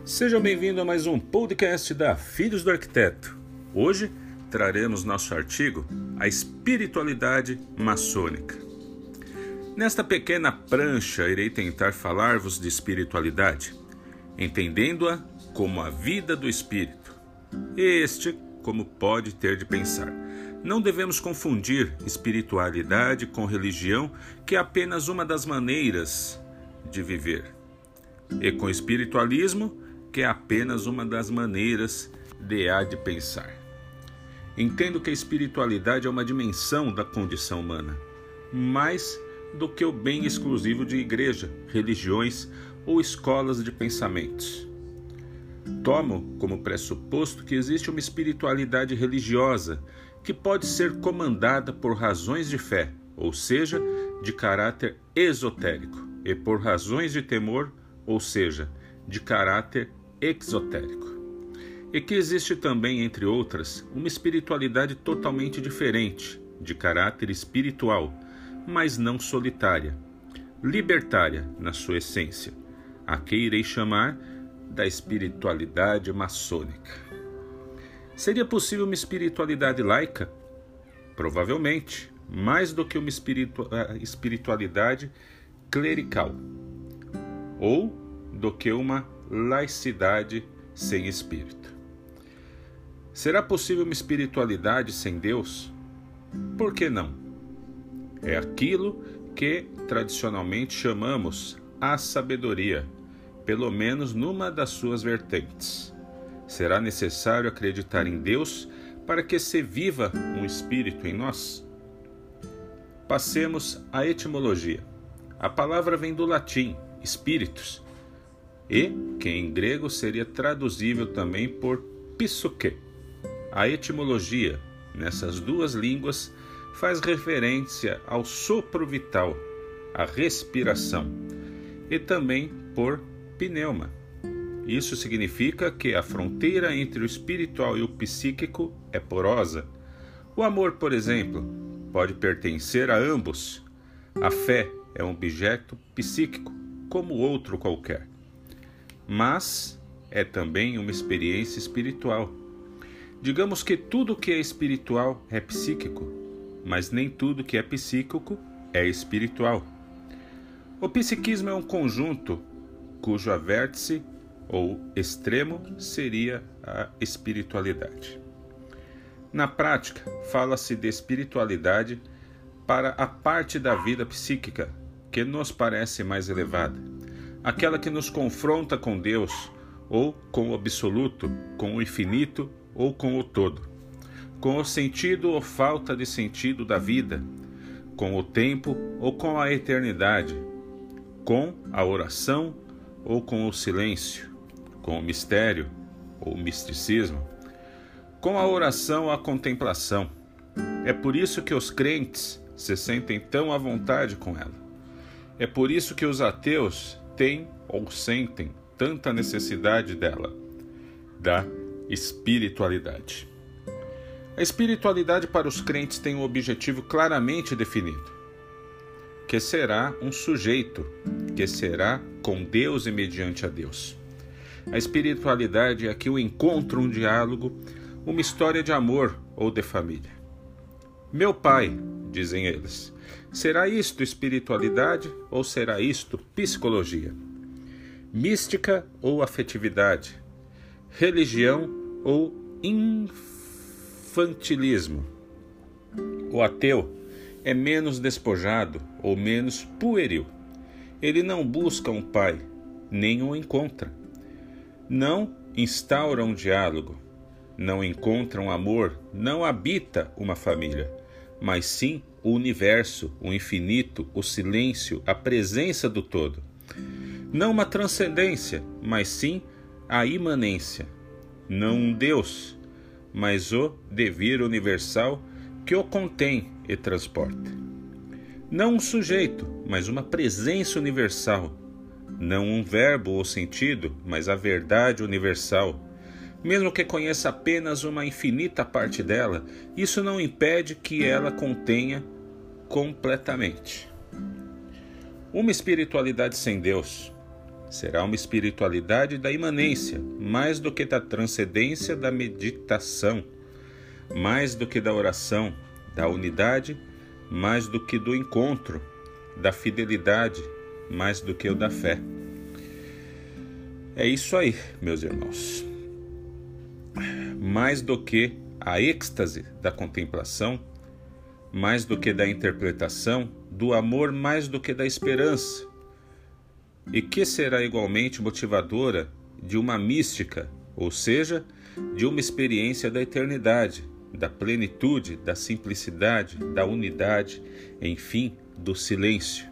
Seja bem-vindo a mais um podcast da Filhos do Arquiteto. Hoje traremos nosso artigo A Espiritualidade Maçônica. Nesta pequena prancha irei tentar falar-vos de espiritualidade, entendendo-a como a vida do espírito, este como pode ter de pensar. Não devemos confundir espiritualidade com religião, que é apenas uma das maneiras de viver, e com espiritualismo, que é apenas uma das maneiras de pensar. Entendo que a espiritualidade é uma dimensão da condição humana, mais do que o bem exclusivo de igreja, religiões ou escolas de pensamentos. Tomo como pressuposto que existe uma espiritualidade religiosa que pode ser comandada por razões de fé, ou seja, de caráter esotérico, e por razões de temor, ou seja, de caráter exotérico. E que existe também, entre outras, uma espiritualidade totalmente diferente, de caráter espiritual, mas não solitária, libertária na sua essência, a que irei chamar da espiritualidade maçônica. Seria possível uma espiritualidade laica? Provavelmente, mais do que uma espiritualidade clerical, ou do que uma laicidade sem espírito. Será possível uma espiritualidade sem Deus? Por que não? É aquilo que tradicionalmente chamamos a sabedoria, pelo menos numa das suas vertentes. Será necessário acreditar em Deus para que se viva um espírito em nós? Passemos à etimologia. A palavra vem do latim, espíritos, e que em grego seria traduzível também por psique. A etimologia, nessas duas línguas, faz referência ao sopro vital, à respiração, e também por pneuma. Isso significa que a fronteira entre o espiritual e o psíquico é porosa. O amor, por exemplo, pode pertencer a ambos. A fé é um objeto psíquico, como outro qualquer. Mas é também uma experiência espiritual. Digamos que tudo que é espiritual é psíquico, mas nem tudo que é psíquico é espiritual. O psiquismo é um conjunto cujo vértice ou extremo seria a espiritualidade. Na prática, fala-se de espiritualidade para a parte da vida psíquica que nos parece mais elevada, aquela que nos confronta com Deus, ou com o absoluto, com o infinito ou com o todo, com o sentido ou falta de sentido da vida, com o tempo ou com a eternidade, com a oração ou com o silêncio, com o mistério ou misticismo, com a oração ou a contemplação. É por isso que os crentes se sentem tão à vontade com ela. É por isso que os ateus têm ou sentem tanta necessidade dela, da espiritualidade. A espiritualidade para os crentes tem um objetivo claramente definido, que será um sujeito, que será com Deus e mediante a Deus. A espiritualidade é aqui um encontro, um diálogo, uma história de amor ou de família. Meu pai, dizem eles, será isto espiritualidade ou será isto psicologia? Mística ou afetividade? Religião ou infantilismo? O ateu é menos despojado ou menos pueril. Ele não busca um pai, nem o encontra. Não instaura um diálogo, não encontra um amor, não habita uma família, mas sim o universo, o infinito, o silêncio, a presença do todo. Não uma transcendência, mas sim a imanência. Não um Deus, mas o devir universal que o contém e transporta. Não um sujeito, mas uma presença universal. Não um verbo ou sentido, mas a verdade universal. Mesmo que conheça apenas uma infinita parte dela, isso não impede que ela contenha completamente. Uma espiritualidade sem Deus será uma espiritualidade da imanência, mais do que da transcendência da meditação, mais do que da oração, da unidade, mais do que do encontro, da fidelidade, mais do que o da fé. É isso aí, meus irmãos. Mais do que a êxtase da contemplação, mais do que da interpretação, do amor mais do que da esperança, e que será igualmente motivadora de uma mística, ou seja, de uma experiência da eternidade, da plenitude, da simplicidade, da unidade, enfim, do silêncio.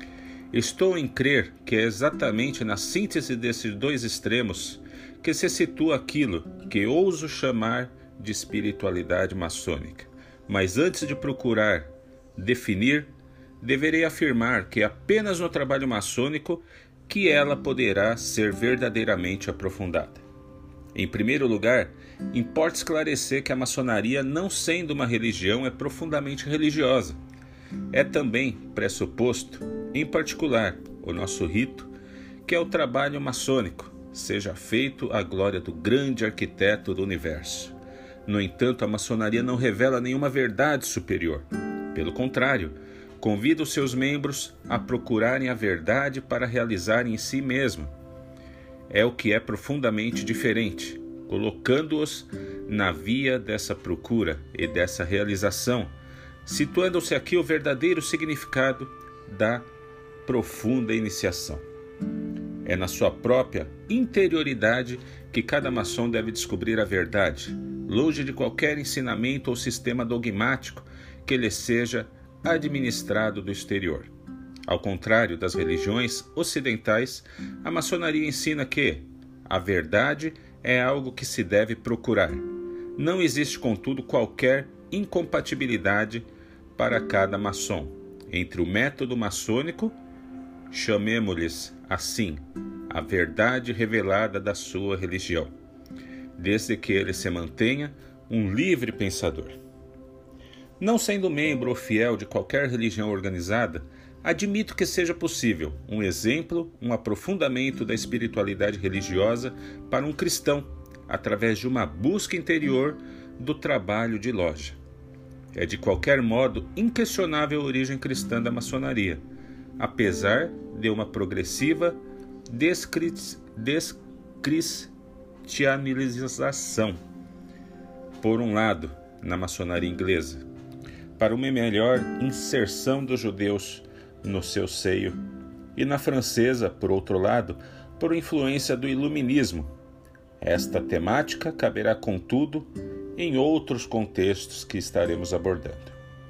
Estou em crer que é exatamente na síntese desses dois extremos que se situa aquilo que ouso chamar de espiritualidade maçônica. Mas antes de procurar definir, deverei afirmar que apenas no trabalho maçônico que ela poderá ser verdadeiramente aprofundada. Em primeiro lugar, importa esclarecer que a maçonaria, não sendo uma religião, é profundamente religiosa. É também pressuposto, em particular, o nosso rito, que é o trabalho maçônico, seja feito à glória do grande arquiteto do universo. No entanto, a maçonaria não revela nenhuma verdade superior. Pelo contrário, convida os seus membros a procurarem a verdade para realizarem em si mesmo. É o que é profundamente diferente, colocando-os na via dessa procura e dessa realização, situando-se aqui o verdadeiro significado da profunda iniciação. É na sua própria interioridade que cada maçom deve descobrir a verdade, longe de qualquer ensinamento ou sistema dogmático que lhe seja administrado do exterior. Ao contrário das religiões ocidentais, a maçonaria ensina que a verdade é algo que se deve procurar. Não existe, contudo, qualquer incompatibilidade para cada maçom entre o método maçônico, chamemo-lhes assim, a verdade revelada da sua religião, desde que ele se mantenha um livre pensador. Não sendo membro ou fiel de qualquer religião organizada, admito que seja possível um exemplo, um aprofundamento da espiritualidade religiosa para um cristão, através de uma busca interior do trabalho de loja. É de qualquer modo inquestionável a origem cristã da maçonaria, apesar de uma progressiva descristianização, por um lado, na maçonaria inglesa, para uma melhor inserção dos judeus no seu seio, e na francesa, por outro lado, por influência do iluminismo. Esta temática caberá, contudo, em outros contextos que estaremos abordando.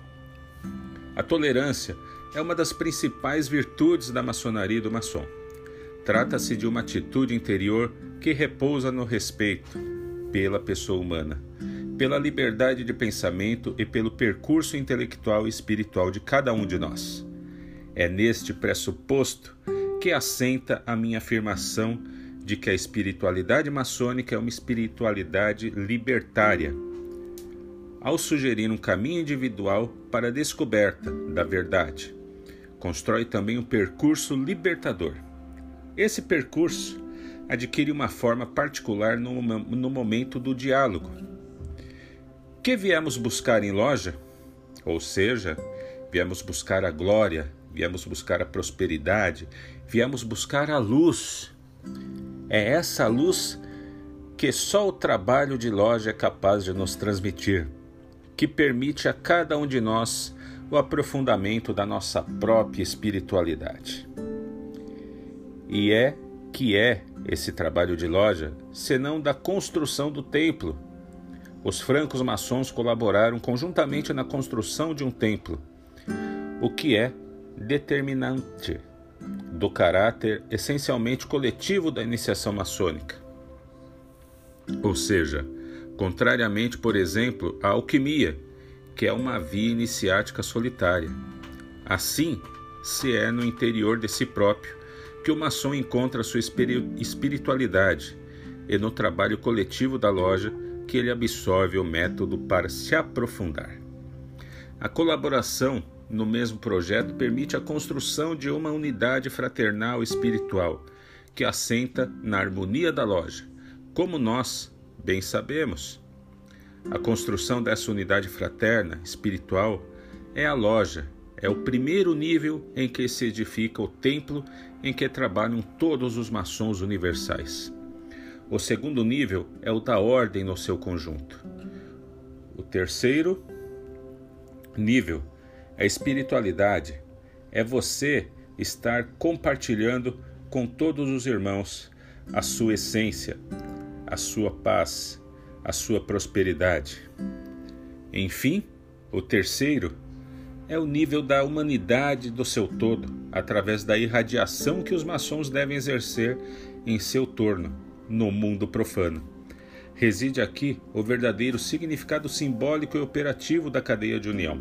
A tolerância é uma das principais virtudes da maçonaria e do maçom. Trata-se de uma atitude interior que repousa no respeito pela pessoa humana, pela liberdade de pensamento e pelo percurso intelectual e espiritual de cada um de nós. É neste pressuposto que assenta a minha afirmação de que a espiritualidade maçônica é uma espiritualidade libertária, ao sugerir um caminho individual para a descoberta da verdade. Constrói também um percurso libertador. Esse percurso adquire uma forma particular no momento do diálogo. Que viemos buscar em loja? Ou seja, viemos buscar a glória, viemos buscar a prosperidade, viemos buscar a luz. É essa luz que só o trabalho de loja é capaz de nos transmitir, que permite a cada um de nós o aprofundamento da nossa própria espiritualidade. E que é esse trabalho de loja, senão da construção do templo. Os francos maçons colaboraram conjuntamente na construção de um templo, o que é determinante do caráter essencialmente coletivo da iniciação maçônica. Ou seja, contrariamente, por exemplo, à alquimia, que é uma via iniciática solitária. Assim, se é no interior de si próprio que o maçom encontra sua espiritualidade e no trabalho coletivo da loja que ele absorve o método para se aprofundar. A colaboração no mesmo projeto permite a construção de uma unidade fraternal espiritual que assenta na harmonia da loja, como nós bem sabemos. A construção dessa unidade fraterna, espiritual, é a loja, é o primeiro nível em que se edifica o templo em que trabalham todos os maçons universais. O segundo nível é o da ordem no seu conjunto. O terceiro nível, a espiritualidade, é você estar compartilhando com todos os irmãos a sua essência, a sua paz, a sua prosperidade. Enfim, o terceiro é o nível da humanidade do seu todo, através da irradiação que os maçons devem exercer em seu torno, no mundo profano. Reside aqui o verdadeiro significado simbólico e operativo da cadeia de união.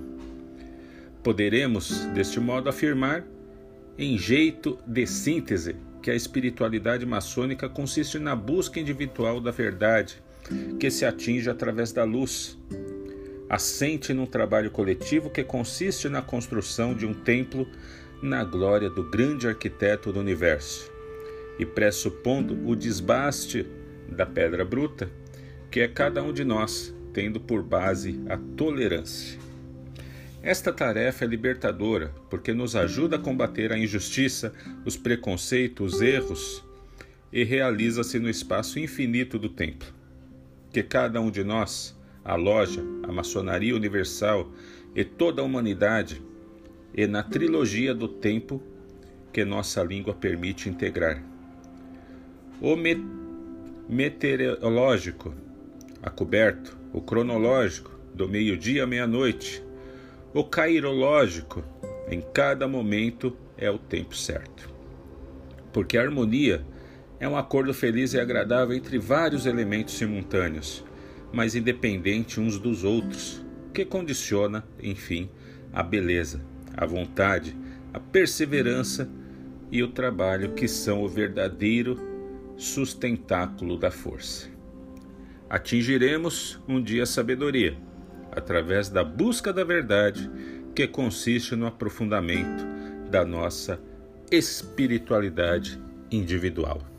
Poderemos, deste modo, afirmar, em jeito de síntese, que a espiritualidade maçônica consiste na busca individual da verdade, que se atinge através da luz. Assente num trabalho coletivo que consiste na construção de um templo na glória do grande arquiteto do universo, e pressupondo o desbaste da pedra bruta, que é cada um de nós, tendo por base a tolerância. Esta tarefa é libertadora, porque nos ajuda a combater a injustiça, os preconceitos, os erros, e realiza-se no espaço infinito do templo. Que cada um de nós, a loja, a maçonaria universal e toda a humanidade, e na trilogia do tempo que nossa língua permite integrar. O meteorológico, a coberto, o cronológico, do meio-dia à meia-noite, o cairológico, em cada momento é o tempo certo. Porque a harmonia é um acordo feliz e agradável entre vários elementos simultâneos, mas independente uns dos outros, que condiciona, enfim, a beleza, a vontade, a perseverança e o trabalho, que são o verdadeiro sustentáculo da força. Atingiremos um dia a sabedoria, através da busca da verdade, que consiste no aprofundamento da nossa espiritualidade individual.